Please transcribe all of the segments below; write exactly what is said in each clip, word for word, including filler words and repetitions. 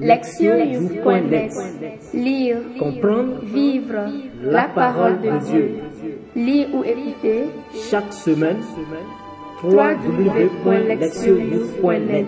lectionyou point net. Lire, Comprendre, vivre la parole de Dieu. Lire ou écouter Chaque semaine, w w w point lectionyou point net.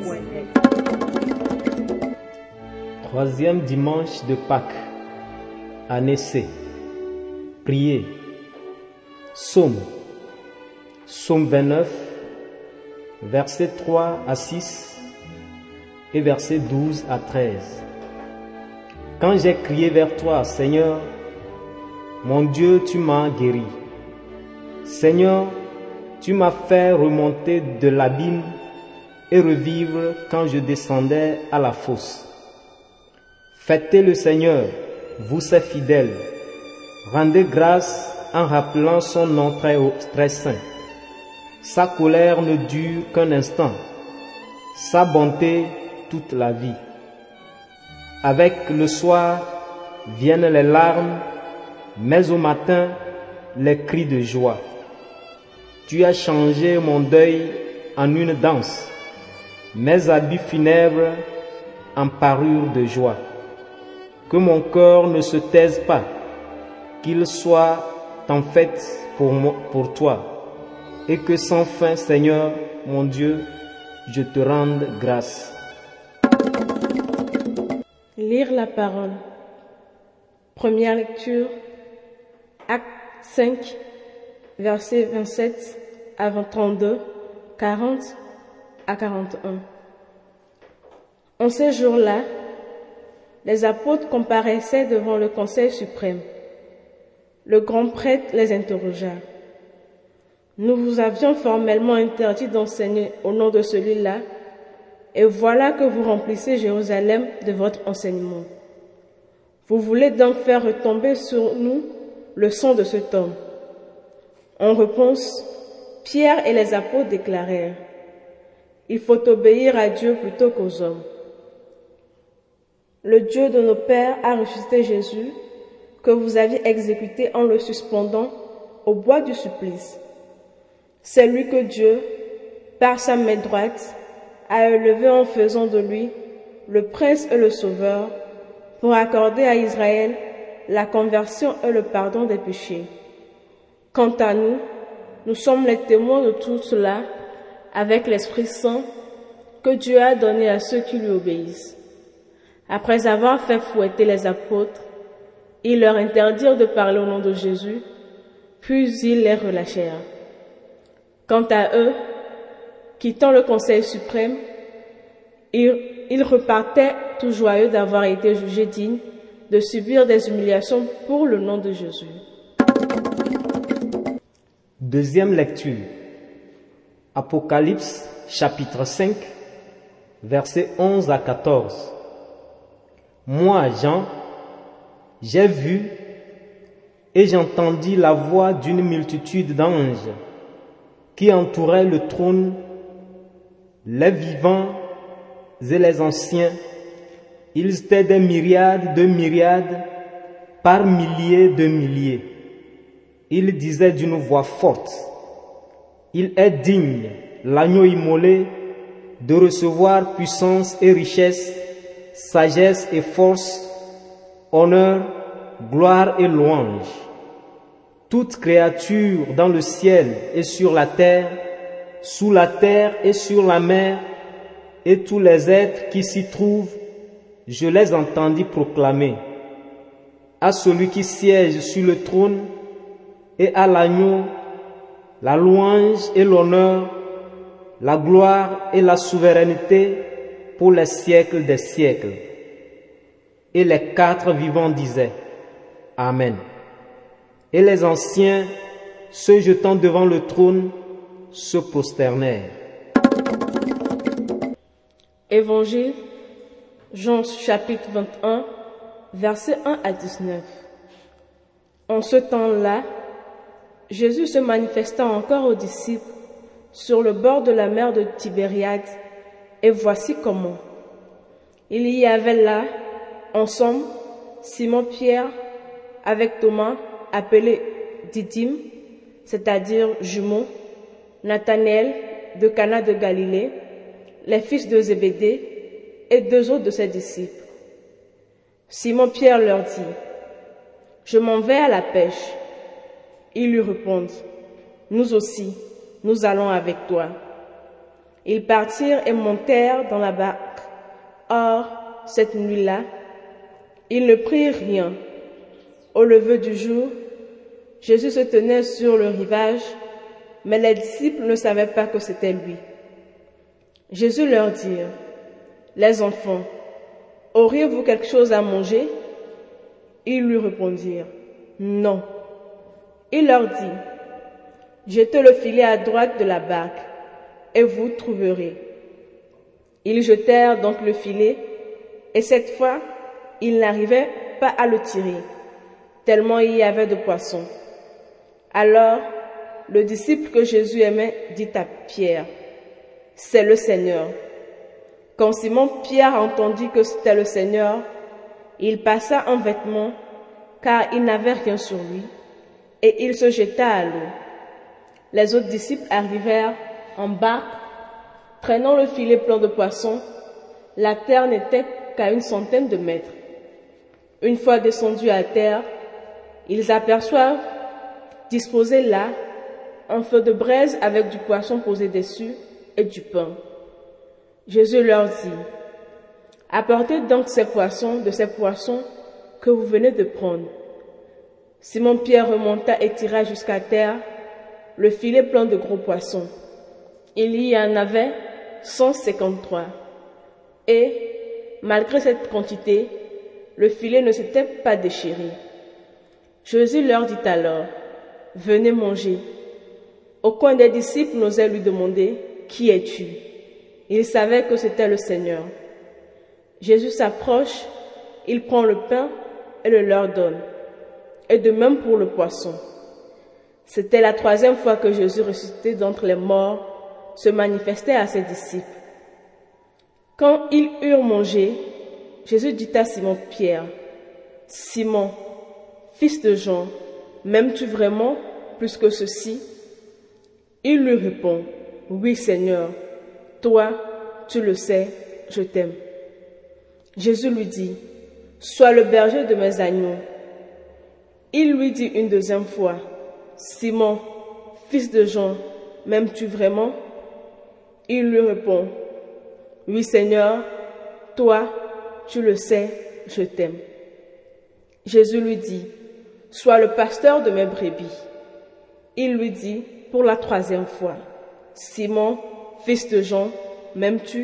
Troisième dimanche de Pâques, année C. Prier. Psaume. Psaume vingt-neuf, versets trois à six et versets douze à treize. Quand j'ai crié vers toi, Seigneur, mon Dieu, tu m'as guéri. Seigneur, tu m'as fait remonter de l'abîme et revivre quand je descendais à la fosse. Fêtez le Seigneur, vous ses fidèles. Rendez grâce en rappelant son nom très, haut, très saint. Sa colère ne dure qu'un instant, sa bonté toute la vie. Avec le soir viennent les larmes, mais au matin les cris de joie. Tu as changé mon deuil en une danse, mes habits funèbres en parure de joie. Que mon cœur ne se taise pas, qu'il soit en fête pour moi, pour toi, et que sans fin, Seigneur, mon Dieu, je te rende grâce. Lire la parole. Première lecture, Acte cinq, versets vingt-sept à trente-deux, quarante à quarante-et-un. En ces jours-là, les apôtres comparaissaient devant le Conseil suprême. Le grand prêtre les interrogea. Nous vous avions formellement interdit d'enseigner au nom de celui-là, et voilà que vous remplissez Jérusalem de votre enseignement. Vous voulez donc faire retomber sur nous le sang de cet homme. En réponse, Pierre et les apôtres déclarèrent: il faut obéir à Dieu plutôt qu'aux hommes. Le Dieu de nos pères a ressuscité Jésus, que vous aviez exécuté en le suspendant au bois du supplice. C'est lui que Dieu, par sa main droite, a élevé en faisant de lui le prince et le sauveur, pour accorder à Israël la conversion et le pardon des péchés. Quant à nous, nous sommes les témoins de tout cela avec l'Esprit Saint que Dieu a donné à ceux qui lui obéissent. Après avoir fait fouetter les apôtres, ils leur interdirent de parler au nom de Jésus, puis ils les relâchèrent. Quant à eux, quittant le Conseil suprême, ils, ils repartaient tout joyeux d'avoir été jugés dignes de subir des humiliations pour le nom de Jésus. Deuxième lecture. Apocalypse chapitre cinq, versets onze à quatorze. Moi, Jean, j'ai vu et j'entendis la voix d'une multitude d'anges qui entouraient le trône, les vivants et les anciens. Ils étaient des myriades de myriades, par milliers de milliers. Ils disaient d'une voix forte: il est digne, l'agneau immolé, de recevoir puissance et richesse, sagesse et force, honneur, gloire et louange. Toute créature dans le ciel et sur la terre, sous la terre et sur la mer, et tous les êtres qui s'y trouvent, je les entendis proclamer: à celui qui siège sur le trône et à l'agneau, la louange et l'honneur, la gloire et la souveraineté pour les siècles des siècles. Et les quatre vivants disaient: Amen. Et les anciens, se jetant devant le trône, se prosternèrent. Évangile, Jean chapitre vingt et un, versets un à dix-neuf. En ce temps-là, Jésus se manifesta encore aux disciples sur le bord de la mer de Tibériade, et voici comment. Il y avait là, ensemble, Simon-Pierre avec Thomas, appelé Didyme, c'est-à-dire jumeau, Nathanaël de Cana de Galilée, les fils de Zébédée et deux autres de ses disciples. Simon-Pierre leur dit, « Je m'en vais à la pêche. » Ils lui répondent, « Nous aussi, nous allons avec toi. » Ils partirent et montèrent dans la barque. Or, cette nuit-là, ils ne prirent rien. Au lever du jour, Jésus se tenait sur le rivage, mais les disciples ne savaient pas que c'était lui. Jésus leur dit, « Les enfants, auriez-vous quelque chose à manger ?» Ils lui répondirent, « Non. » Il leur dit, « Jetez le filet à droite de la barque, et vous trouverez. » Ils jetèrent donc le filet, et cette fois, ils n'arrivaient pas à le tirer, tellement il y avait de poissons. Alors, le disciple que Jésus aimait dit à Pierre, « C'est le Seigneur. » Quand Simon-Pierre entendit que c'était le Seigneur, il passa un vêtement, car il n'avait rien sur lui, et il se jeta à l'eau. Les autres disciples arrivèrent en barque, traînant le filet plein de poissons. La terre n'était qu'à une centaine de mètres. Une fois descendus à terre, ils aperçoivent, disposé là, un feu de braise avec du poisson posé dessus et du pain. Jésus leur dit, « Apportez donc ces poissons de ces poissons que vous venez de prendre. » Simon-Pierre remonta et tira jusqu'à terre le filet plein de gros poissons. Il y en avait cent cinquante-trois. Et, malgré cette quantité, le filet ne s'était pas déchiré. Jésus leur dit alors, « Venez manger. » Aucun des disciples n'osait lui demander, « Qui es-tu » Il savait que c'était le Seigneur. Jésus s'approche, il prend le pain et le leur donne. Et de même pour le poisson. C'était la troisième fois que Jésus, ressuscité d'entre les morts, se manifestait à ses disciples. Quand ils eurent mangé, Jésus dit à Simon-Pierre, « Simon, fils de Jean, m'aimes-tu vraiment plus que ceci ?» Il lui répond, « Oui, Seigneur, toi, tu le sais, je t'aime. » Jésus lui dit, « Sois le berger de mes agneaux. » Il lui dit une deuxième fois, « Simon, fils de Jean, m'aimes-tu vraiment ?» Il lui répond, « Oui, Seigneur, toi, tu le sais, je t'aime. » Jésus lui dit, « Sois le pasteur de mes brebis. » Il lui dit pour la troisième fois, « Simon, fils de Jean, m'aimes-tu »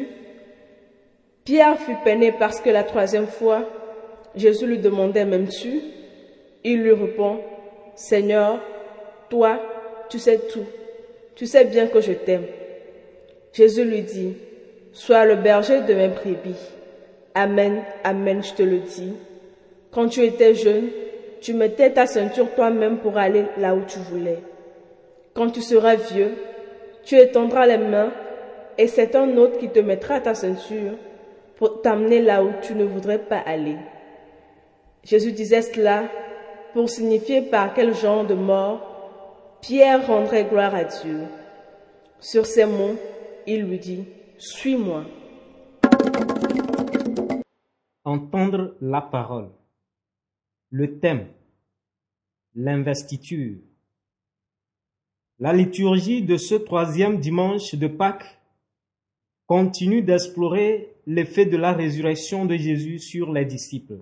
Pierre fut peiné parce que la troisième fois, Jésus lui demandait, « M'aimes-tu » Il lui répond, « Seigneur, toi, tu sais tout. Tu sais bien que je t'aime. » Jésus lui dit, « Sois le berger de mes brebis. Amen, amen, je te le dis. Quand tu étais jeune, tu mettais ta ceinture toi-même pour aller là où tu voulais. Quand tu seras vieux, tu étendras les mains et c'est un autre qui te mettra ta ceinture pour t'amener là où tu ne voudrais pas aller. » Jésus disait cela pour signifier par quel genre de mort Pierre rendrait gloire à Dieu. Sur ces mots, il lui dit, « Suis-moi. » Entendre la parole. Le thème, l'investiture. La liturgie de ce troisième dimanche de Pâques continue d'explorer l'effet de la résurrection de Jésus sur les disciples.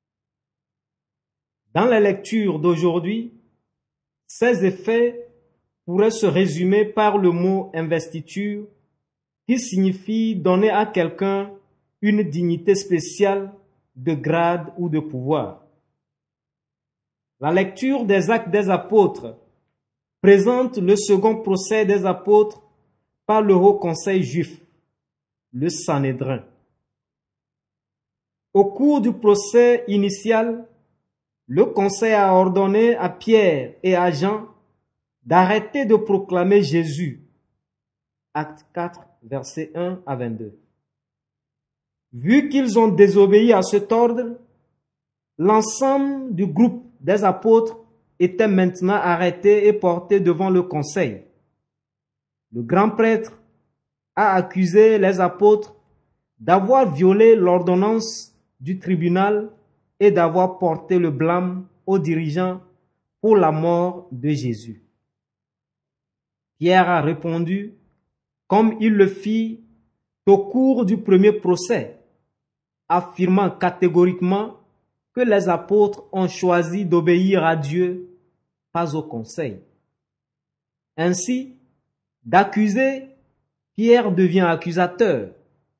Dans la lecture d'aujourd'hui, ces effets pourraient se résumer par le mot investiture, qui signifie donner à quelqu'un une dignité spéciale de grade ou de pouvoir. La lecture des Actes des Apôtres présente le second procès des apôtres par le Haut Conseil juif, le Sanhédrin. Au cours du procès initial, le Conseil a ordonné à Pierre et à Jean d'arrêter de proclamer Jésus. Acte quatre, versets un à vingt-deux. Vu qu'ils ont désobéi à cet ordre, l'ensemble du groupe des apôtres était maintenant arrêté et porté devant le Conseil. Le grand prêtre a accusé les apôtres d'avoir violé l'ordonnance du tribunal et d'avoir porté le blâme aux dirigeants pour la mort de Jésus. Pierre a répondu, comme il le fit au cours du premier procès, affirmant catégoriquement que les apôtres ont choisi d'obéir à Dieu, pas au conseil. Ainsi, d'accuser, Pierre devient accusateur.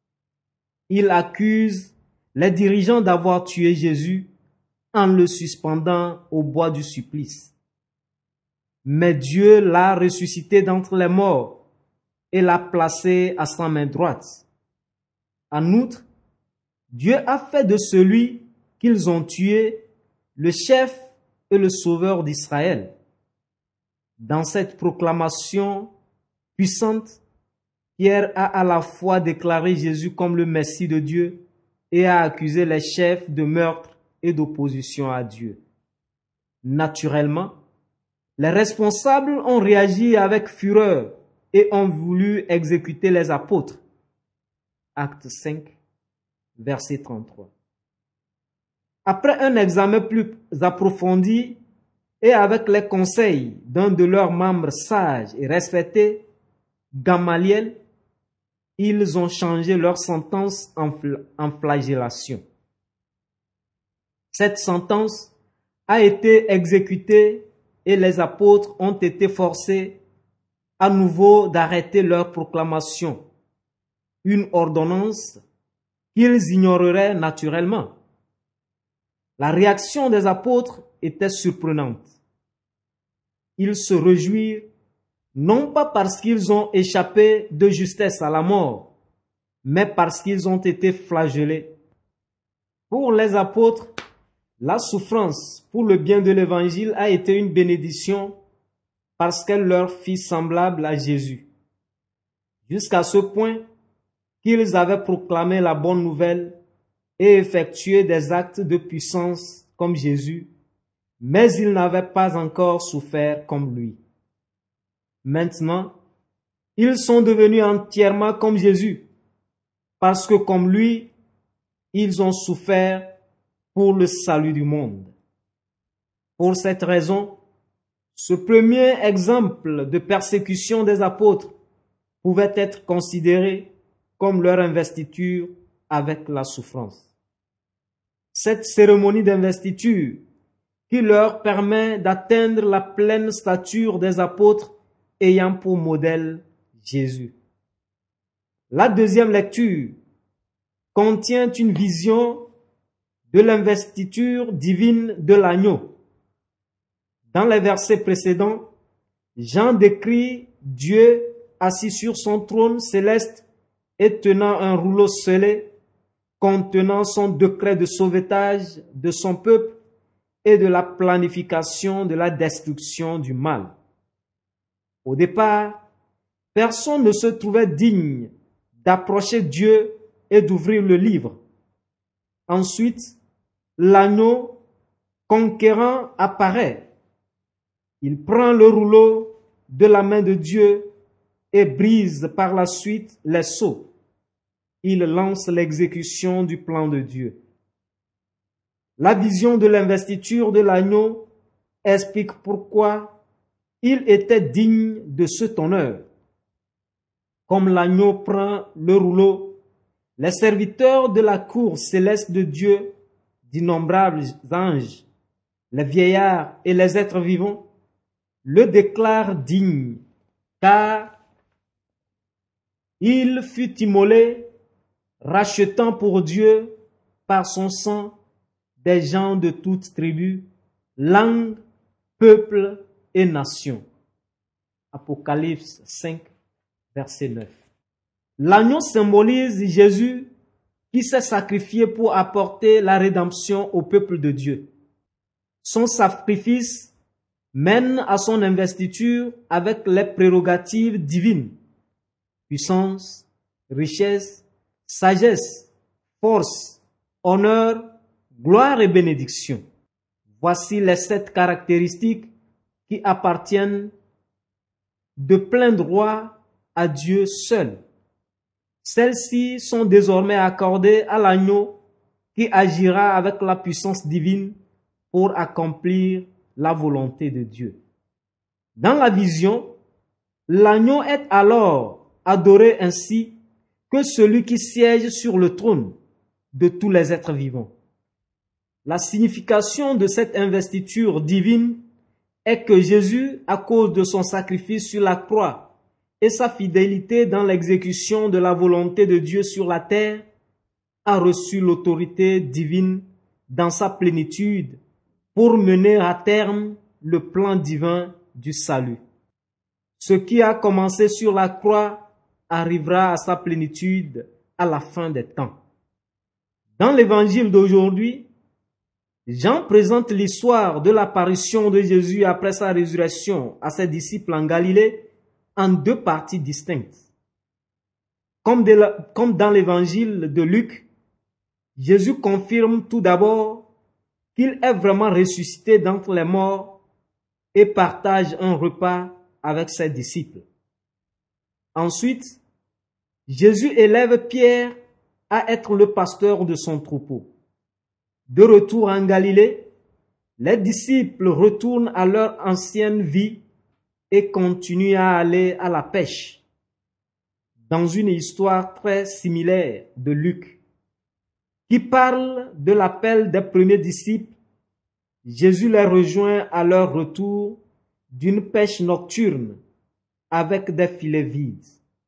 Il accuse les dirigeants d'avoir tué Jésus en le suspendant au bois du supplice. Mais Dieu l'a ressuscité d'entre les morts et l'a placé à sa main droite. En outre, Dieu a fait de celui qu'ils ont tué le chef et le sauveur d'Israël. Dans cette proclamation puissante, Pierre a à la fois déclaré Jésus comme le Messie de Dieu et a accusé les chefs de meurtre et d'opposition à Dieu. Naturellement, les responsables ont réagi avec fureur et ont voulu exécuter les apôtres. Acte cinq, verset trente-trois. Après un examen plus approfondi et avec les conseils d'un de leurs membres sages et respectés, Gamaliel, ils ont changé leur sentence en, fl- en flagellation. Cette sentence a été exécutée et les apôtres ont été forcés à nouveau d'arrêter leur proclamation, une ordonnance qu'ils ignoreraient naturellement. La réaction des apôtres était surprenante. Ils se réjouirent non pas parce qu'ils ont échappé de justesse à la mort, mais parce qu'ils ont été flagellés. Pour les apôtres, la souffrance pour le bien de l'Évangile a été une bénédiction parce qu'elle leur fit semblable à Jésus, jusqu'à ce point qu'ils avaient proclamé la bonne nouvelle et effectué des actes de puissance comme Jésus, mais ils n'avaient pas encore souffert comme lui. Maintenant, ils sont devenus entièrement comme Jésus, parce que comme lui, ils ont souffert pour le salut du monde. Pour cette raison, ce premier exemple de persécution des apôtres pouvait être considéré comme leur investiture avec la souffrance. Cette cérémonie d'investiture qui leur permet d'atteindre la pleine stature des apôtres ayant pour modèle Jésus. La deuxième lecture contient une vision de l'investiture divine de l'agneau. Dans les versets précédents, Jean décrit Dieu assis sur son trône céleste et tenant un rouleau scellé contenant son décret de sauvetage de son peuple et de la planification de la destruction du mal. Au départ, personne ne se trouvait digne d'approcher Dieu et d'ouvrir le livre. Ensuite, l'agneau conquérant apparaît. Il prend le rouleau de la main de Dieu et brise par la suite les sceaux. Il lance l'exécution du plan de Dieu. La vision de l'investiture de l'agneau explique pourquoi il était digne de cet honneur. Comme l'agneau prend le rouleau, les serviteurs de la cour céleste de Dieu, d'innombrables anges, les vieillards et les êtres vivants, le déclarent digne, car il fut immolé, rachetant pour Dieu par son sang des gens de toutes tribus, langues, peuples et nations. Apocalypse cinq, verset neuf. L'agneau symbolise Jésus qui s'est sacrifié pour apporter la rédemption au peuple de Dieu. Son sacrifice mène à son investiture avec les prérogatives divines, puissance, richesse, sagesse, force, honneur, gloire et bénédiction. Voici les sept caractéristiques qui appartiennent de plein droit à Dieu seul. Celles-ci sont désormais accordées à l'agneau qui agira avec la puissance divine pour accomplir la volonté de Dieu. Dans la vision, l'agneau est alors adoré ainsi que celui qui siège sur le trône de tous les êtres vivants. La signification de cette investiture divine est que Jésus, à cause de son sacrifice sur la croix et sa fidélité dans l'exécution de la volonté de Dieu sur la terre, a reçu l'autorité divine dans sa plénitude pour mener à terme le plan divin du salut. Ce qui a commencé sur la croix arrivera à sa plénitude à la fin des temps. Dans l'évangile d'aujourd'hui, Jean présente l'histoire de l'apparition de Jésus après sa résurrection à ses disciples en Galilée en deux parties distinctes. Comme, de la, comme dans l'évangile de Luc, Jésus confirme tout d'abord qu'il est vraiment ressuscité d'entre les morts et partage un repas avec ses disciples. Ensuite, Jésus élève Pierre à être le pasteur de son troupeau. De retour en Galilée, les disciples retournent à leur ancienne vie et continuent à aller à la pêche. Dans une histoire très similaire de Luc, qui parle de l'appel des premiers disciples, Jésus les rejoint à leur retour d'une pêche nocturne avec des filets vides.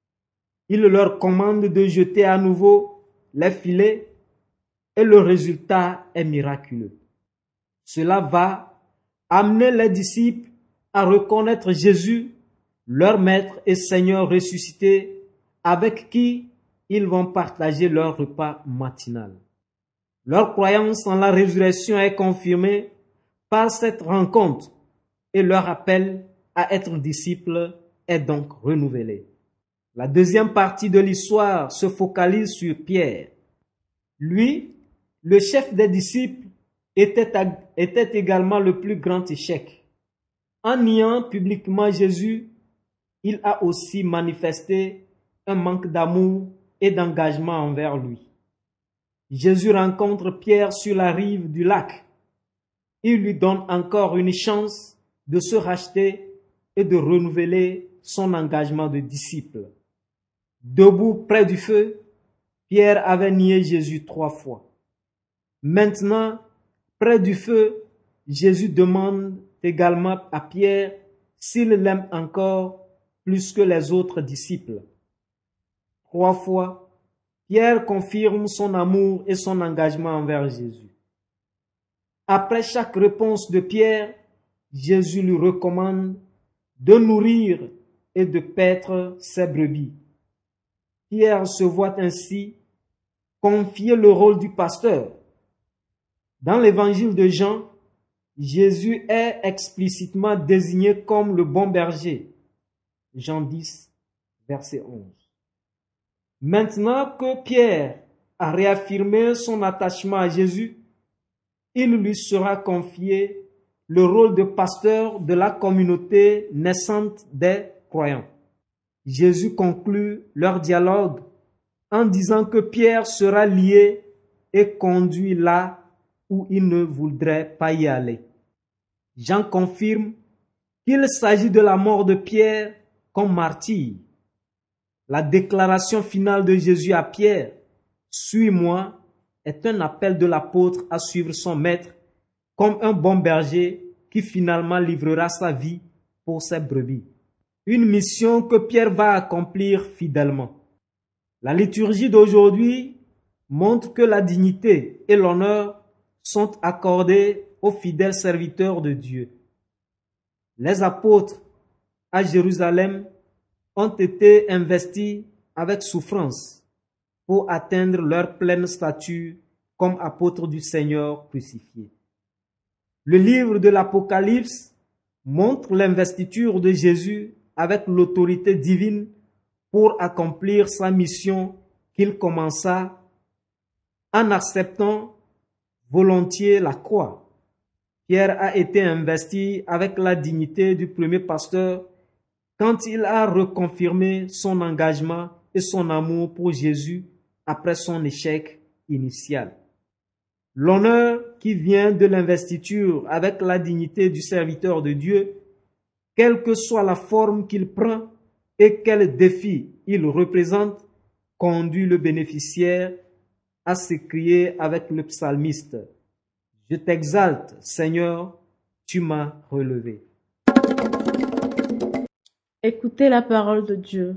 Il leur commande de jeter à nouveau les filets et le résultat est miraculeux. Cela va amener les disciples à reconnaître Jésus, leur maître et Seigneur ressuscité, avec qui ils vont partager leur repas matinal. Leur croyance en la résurrection est confirmée par cette rencontre et leur appel à être disciples est donc renouvelé. La deuxième partie de l'histoire se focalise sur Pierre. Lui, le chef des disciples, était, était également le plus grand échec. En niant publiquement Jésus, il a aussi manifesté un manque d'amour et d'engagement envers lui. Jésus rencontre Pierre sur la rive du lac. Il lui donne encore une chance de se racheter et de renouveler son engagement de disciple. Debout près du feu, Pierre avait nié Jésus trois fois. Maintenant, près du feu, Jésus demande également à Pierre s'il l'aime encore plus que les autres disciples. Trois fois, Pierre confirme son amour et son engagement envers Jésus. Après chaque réponse de Pierre, Jésus lui recommande de nourrir et de paître ses brebis. Pierre se voit ainsi confier le rôle du pasteur. Dans l'évangile de Jean, Jésus est explicitement désigné comme le bon berger. Jean dix, verset onze. Maintenant que Pierre a réaffirmé son attachement à Jésus, il lui sera confié le rôle de pasteur de la communauté naissante des croyants. Jésus conclut leur dialogue en disant que Pierre sera lié et conduit là où il ne voudrait pas y aller. Jean confirme qu'il s'agit de la mort de Pierre comme martyr. La déclaration finale de Jésus à Pierre, « Suis-moi », est un appel de l'apôtre à suivre son maître comme un bon berger qui finalement livrera sa vie pour ses brebis. Une mission que Pierre va accomplir fidèlement. La liturgie d'aujourd'hui montre que la dignité et l'honneur sont accordés aux fidèles serviteurs de Dieu. Les apôtres à Jérusalem ont été investis avec souffrance pour atteindre leur pleine stature comme apôtres du Seigneur crucifié. Le livre de l'Apocalypse montre l'investiture de Jésus avec l'autorité divine pour accomplir sa mission qu'il commença en acceptant volontiers la croix. Pierre a été investi avec la dignité du premier pasteur quand il a reconfirmé son engagement et son amour pour Jésus après son échec initial. L'honneur qui vient de l'investiture avec la dignité du serviteur de Dieu, quelle que soit la forme qu'il prend et quel défi il représente, conduit le bénéficiaire à s'écrier avec le psalmiste: « Je t'exalte, Seigneur, tu m'as relevé. » Écoutez la parole de Dieu.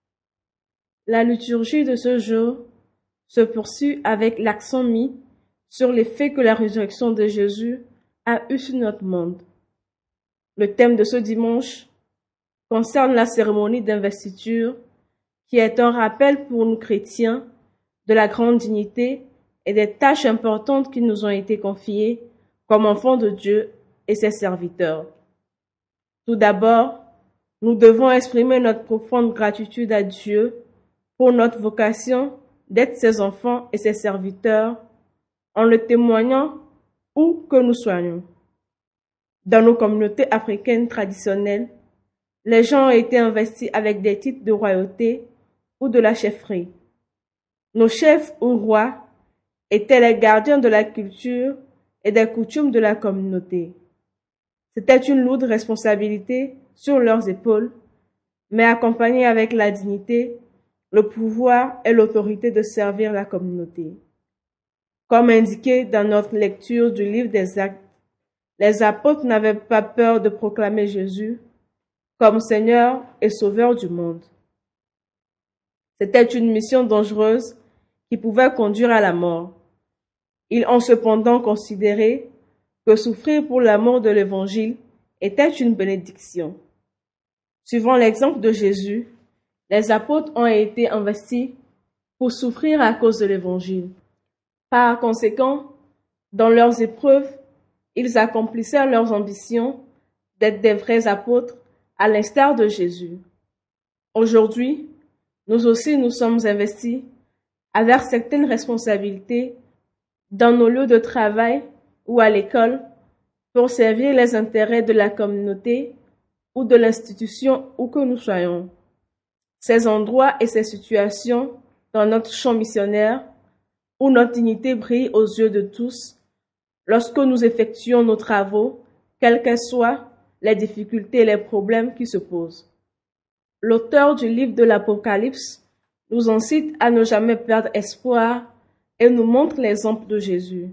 La liturgie de ce jour se poursuit avec l'accent mis sur l'effet que la résurrection de Jésus a eu sur notre monde. Le thème de ce dimanche concerne la cérémonie d'investiture, qui est un rappel pour nous chrétiens de la grande dignité et des tâches importantes qui nous ont été confiées comme enfants de Dieu et ses serviteurs. Tout d'abord, nous devons exprimer notre profonde gratitude à Dieu pour notre vocation d'être ses enfants et ses serviteurs, en le témoignant où que nous soyons. Dans nos communautés africaines traditionnelles, les gens ont été investis avec des titres de royauté ou de la chefferie. Nos chefs ou rois étaient les gardiens de la culture et des coutumes de la communauté. C'était une lourde responsabilité sur leurs épaules, mais accompagnée avec la dignité, le pouvoir et l'autorité de servir la communauté. Comme indiqué dans notre lecture du livre des Actes, les apôtres n'avaient pas peur de proclamer Jésus comme Seigneur et Sauveur du monde. C'était une mission dangereuse qui pouvait conduire à la mort. Ils ont cependant considéré que souffrir pour l'amour de l'Évangile était une bénédiction. Suivant l'exemple de Jésus, les apôtres ont été investis pour souffrir à cause de l'Évangile. Par conséquent, dans leurs épreuves, ils accomplissaient leurs ambitions d'être des vrais apôtres à l'instar de Jésus. Aujourd'hui, nous aussi nous sommes investis avec certaines responsabilités dans nos lieux de travail ou à l'école pour servir les intérêts de la communauté ou de l'institution où que nous soyons. Ces endroits et ces situations dans notre champ missionnaire où notre dignité brille aux yeux de tous lorsque nous effectuons nos travaux, quelles qu'elles soient les difficultés et les problèmes qui se posent. L'auteur du livre de l'Apocalypse nous incite à ne jamais perdre espoir et nous montre l'exemple de Jésus.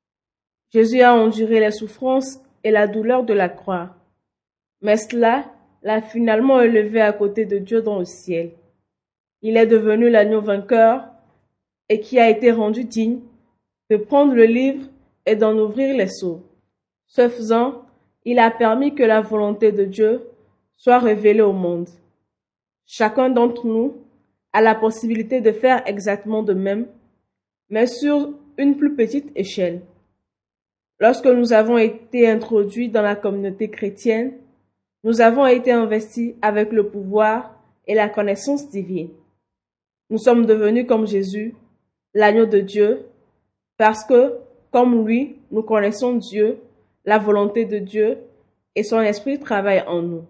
Jésus a enduré les souffrances et la douleur de la croix, mais cela l'a finalement élevé à côté de Dieu dans le ciel. Il est devenu l'agneau vainqueur et qui a été rendu digne de prendre le livre et d'en ouvrir les sceaux. Ce faisant, il a permis que la volonté de Dieu soit révélée au monde. Chacun d'entre nous a la possibilité de faire exactement de même, mais sur une plus petite échelle. Lorsque nous avons été introduits dans la communauté chrétienne, nous avons été investis avec le pouvoir et la connaissance divine. Nous sommes devenus comme Jésus, l'agneau de Dieu, parce que, comme lui, nous connaissons Dieu, la volonté de Dieu, et son esprit travaille en nous.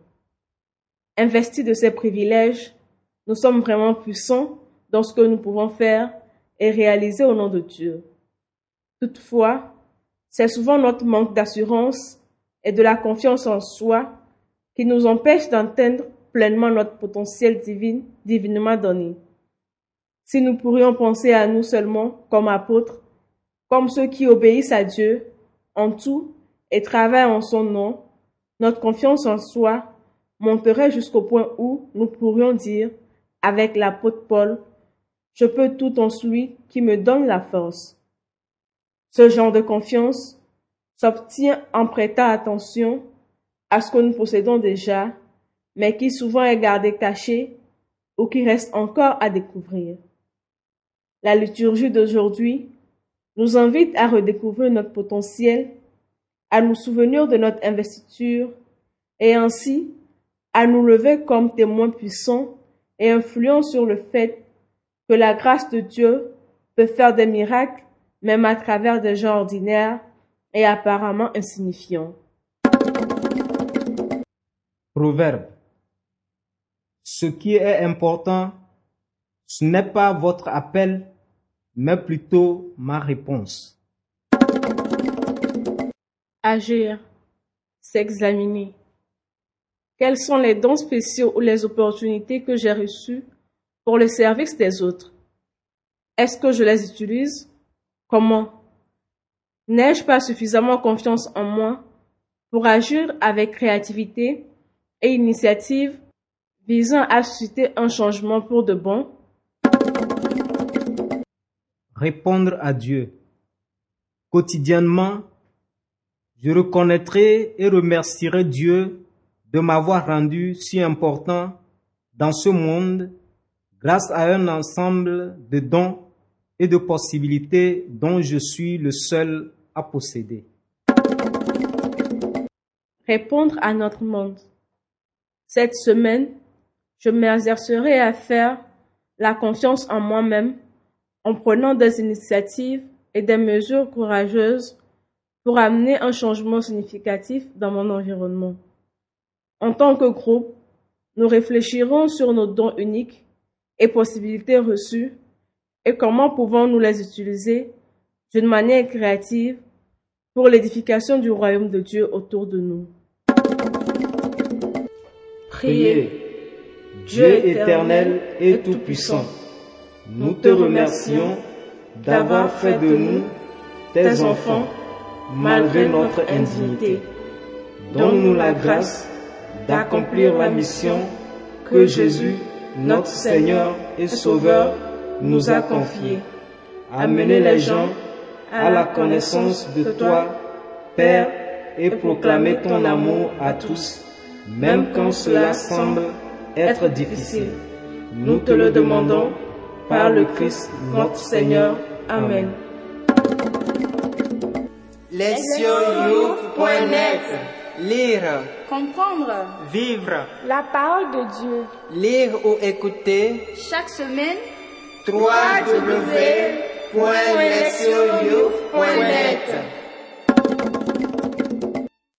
Investis de ces privilèges, nous sommes vraiment puissants dans ce que nous pouvons faire et réaliser au nom de Dieu. Toutefois, c'est souvent notre manque d'assurance et de la confiance en soi qui nous empêche d'atteindre pleinement notre potentiel divin, divinement donné. Si nous pourrions penser à nous seulement comme apôtres, comme ceux qui obéissent à Dieu en tout et travaillent en son nom, notre confiance en soi monterait jusqu'au point où nous pourrions dire, avec l'apôtre Paul, « Je peux tout en celui qui me donne la force ». Ce genre de confiance s'obtient en prêtant attention à ce que nous possédons déjà, mais qui souvent est gardé caché ou qui reste encore à découvrir. La liturgie d'aujourd'hui nous invite à redécouvrir notre potentiel, à nous souvenir de notre investiture et ainsi à nous lever comme témoins puissants et influents sur le fait que la grâce de Dieu peut faire des miracles même à travers des gens ordinaires et apparemment insignifiants. Proverbe. Ce qui est important, ce n'est pas votre appel, mais plutôt ma réponse. Agir, s'examiner. Quels sont les dons spéciaux ou les opportunités que j'ai reçues pour le service des autres? Est-ce que je les utilise? Comment? N'ai-je pas suffisamment confiance en moi pour agir avec créativité et initiative visant à susciter un changement pour de bon? Répondre à Dieu. Quotidiennement, je reconnaîtrai et remercierai Dieu de m'avoir rendu si important dans ce monde grâce à un ensemble de dons et de possibilités dont je suis le seul à posséder. Répondre à notre monde. Cette semaine, je m'exercerai à faire la confiance en moi-même en prenant des initiatives et des mesures courageuses pour amener un changement significatif dans mon environnement. En tant que groupe, nous réfléchirons sur nos dons uniques et possibilités reçues et comment pouvons-nous les utiliser d'une manière créative pour l'édification du royaume de Dieu autour de nous. Priez. Dieu éternel et tout-puissant, nous te remercions d'avoir fait de nous tes enfants malgré notre indignité. Donne-nous la grâce d'accomplir la mission que Jésus, notre Seigneur et Sauveur, nous a confiée. Amener les gens à la connaissance de toi, Père, et proclamer ton amour à tous, même quand cela semble être difficile. Nous te le demandons par le Christ notre Seigneur. Amen. Lections youth point net. Lire, Comprendre vivre, la parole de Dieu. lire ou écouter. Chaque semaine, w w w point lections youth point net.